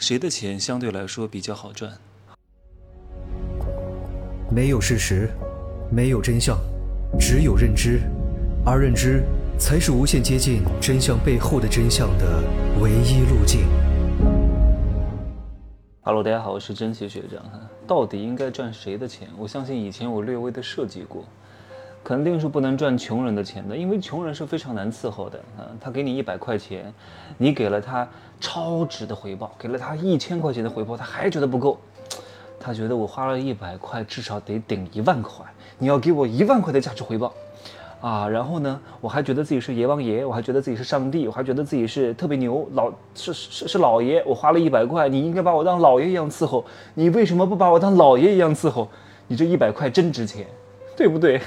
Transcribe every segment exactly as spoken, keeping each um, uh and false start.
谁的钱相对来说比较好赚？ 没有事实，没有真相，只有认知，而认知才是无限接近真相背后的真相的唯一路径。 Hello， 大家好，我是真奇学长。到底应该赚谁的钱？我相信以前我略微的设计过，肯定是不能赚穷人的钱的，因为穷人是非常难伺候的啊。他给你一百块钱，你给了他超值的回报，给了他一千块钱的回报，他还觉得不够。他觉得我花了一百块，至少得顶一万块，你要给我一万块的价值回报，啊，然后呢，我还觉得自己是爷王爷，我还觉得自己是上帝，我还觉得自己是特别牛，老是是是老爷，我花了一百块，你应该把我当老爷一样伺候，你为什么不把我当老爷一样伺候？你这一百块真值钱，对不对？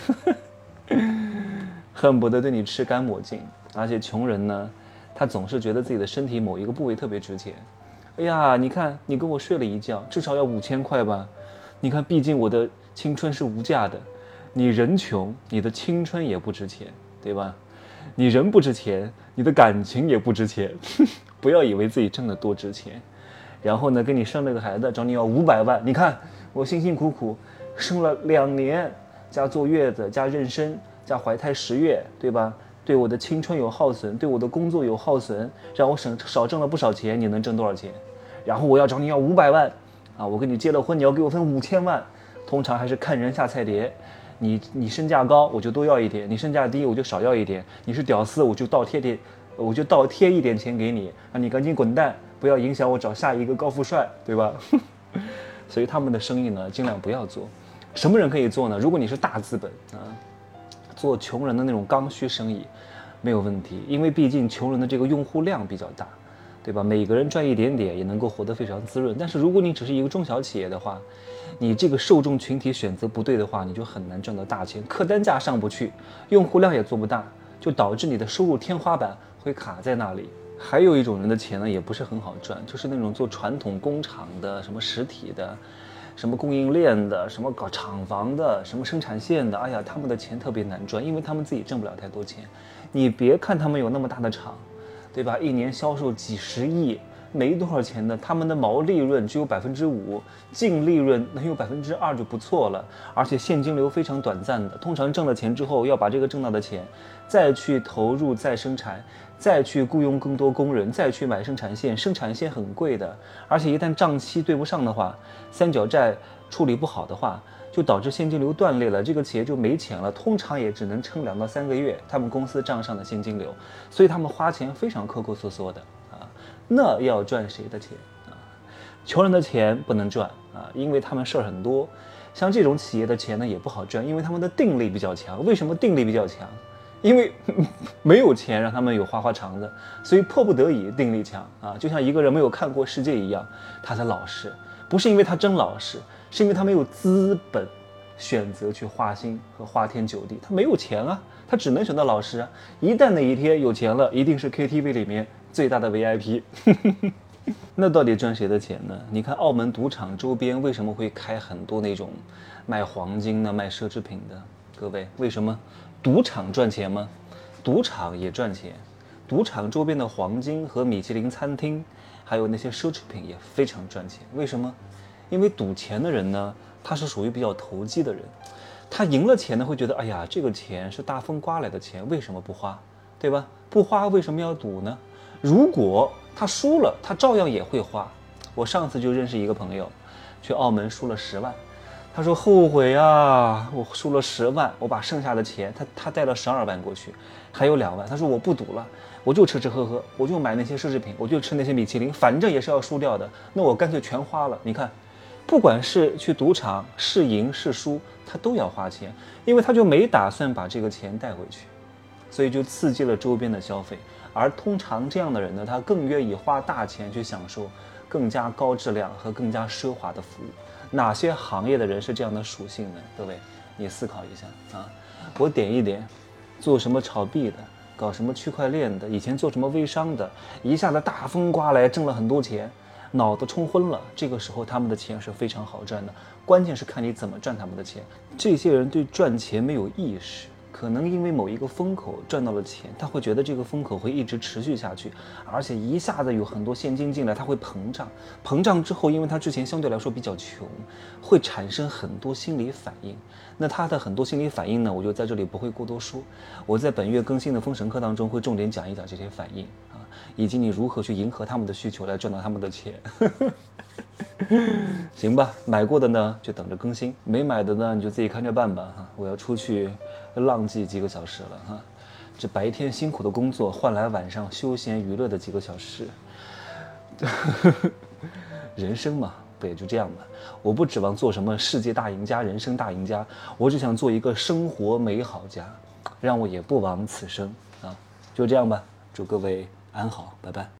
恨不得对你吃干抹净。而且穷人呢，他总是觉得自己的身体某一个部位特别值钱。哎呀，你看你跟我睡了一觉，至少要五千块吧？你看，毕竟我的青春是无价的。你人穷，你的青春也不值钱，对吧？你人不值钱，你的感情也不值钱。不要以为自己挣得多值钱，然后呢，跟你生了个孩子，找你要五百万。你看我辛辛苦苦生了两年，加坐月子，加妊娠，加怀胎十月，对吧？对我的青春有耗损，对我的工作有耗损，让我省少挣了不少钱。你能挣多少钱？然后我要找你要五百万，啊，我跟你结了婚，你要给我分五千万。通常还是看人下菜碟。你你身价高，我就多要一点；你身价低，我就少要一点。你是屌丝，我就倒贴点，我就倒贴一点钱给你，啊，你赶紧滚蛋，不要影响我找下一个高富帅，对吧？所以他们的生意呢，尽量不要做。什么人可以做呢？如果你是大资本啊，做穷人的那种刚需生意，没有问题，因为毕竟穷人的这个用户量比较大，对吧？每个人赚一点点也能够活得非常滋润。但是如果你只是一个中小企业的话，你这个受众群体选择不对的话，你就很难赚到大钱，客单价上不去，用户量也做不大，就导致你的收入天花板会卡在那里。还有一种人的钱呢，也不是很好赚，就是那种做传统工厂的，什么实体的，什么供应链的，什么搞厂房的，什么生产线的，哎呀，他们的钱特别难赚，因为他们自己挣不了太多钱。你别看他们有那么大的厂，对吧？一年销售几十亿。没多少钱的，他们的毛利润只有百分之五，净利润能有百分之二就不错了，而且现金流非常短暂的。通常挣了钱之后，要把这个挣到的钱，再去投入再生产，再去雇佣更多工人，再去买生产线，生产线很贵的，而且一旦账期对不上的话，三角债处理不好的话，就导致现金流断裂了，这个企业就没钱了，通常也只能撑两到三个月，他们公司账上的现金流，所以他们花钱非常抠抠搜搜的。那要赚谁的钱啊？穷人的钱不能赚啊，因为他们事儿很多。像这种企业的钱呢，也不好赚，因为他们的定力比较强。为什么定力比较强？因为没有钱让他们有花花肠子，所以迫不得已定力强啊。就像一个人没有看过世界一样，他才老实，不是因为他真老实，是因为他没有资本选择去花心和花天酒地，他没有钱啊，他只能选择老实啊。一旦哪一天有钱了，一定是 K T V 里面最大的 V I P。 那到底赚谁的钱呢？你看澳门赌场周边为什么会开很多那种卖黄金的、卖奢侈品的？各位，为什么？赌场赚钱吗？赌场也赚钱，赌场周边的黄金和米其林餐厅还有那些奢侈品也非常赚钱。为什么？因为赌钱的人呢，他是属于比较投机的人，他赢了钱呢，会觉得哎呀，这个钱是大风刮来的钱，为什么不花？对吧？不花为什么要赌呢？如果他输了，他照样也会花。我上次就认识一个朋友，去澳门输了十万，他说后悔啊，我输了十万，我把剩下的钱，他他带了十二万过去，还有两万，他说我不赌了，我就吃吃喝喝，我就买那些奢侈品，我就吃那些米其林，反正也是要输掉的，那我干脆全花了。你看，不管是去赌场是赢是输，他都要花钱，因为他就没打算把这个钱带回去，所以就刺激了周边的消费。而通常这样的人呢，他更愿意花大钱去享受更加高质量和更加奢华的服务。哪些行业的人是这样的属性呢？各位，你思考一下啊！我点一点，做什么炒币的，搞什么区块链的，以前做什么微商的，一下子大风刮来，挣了很多钱，脑子冲昏了。这个时候他们的钱是非常好赚的，关键是看你怎么赚他们的钱。这些人对赚钱没有意识， 可能因为某一个风口赚到了钱，他会觉得这个风口会一直持续下去，而且一下子有很多现金进来，他会膨胀。膨胀之后，因为他之前相对来说比较穷，会产生很多心理反应。那他的很多心理反应呢，我就在这里不会过多说。我在本月更新的封神课当中会重点讲一讲这些反应啊，以及你如何去迎合他们的需求来赚到他们的钱。行吧，买过的呢就等着更新，没买的呢你就自己看着办吧哈。我要出去浪迹几个小时了哈，这白天辛苦的工作换来晚上休闲娱乐的几个小时，人生嘛，不也就这样吧。我不指望做什么世界大赢家、人生大赢家，我只想做一个生活美好家，让我也不枉此生啊。就这样吧，祝各位安好，拜拜。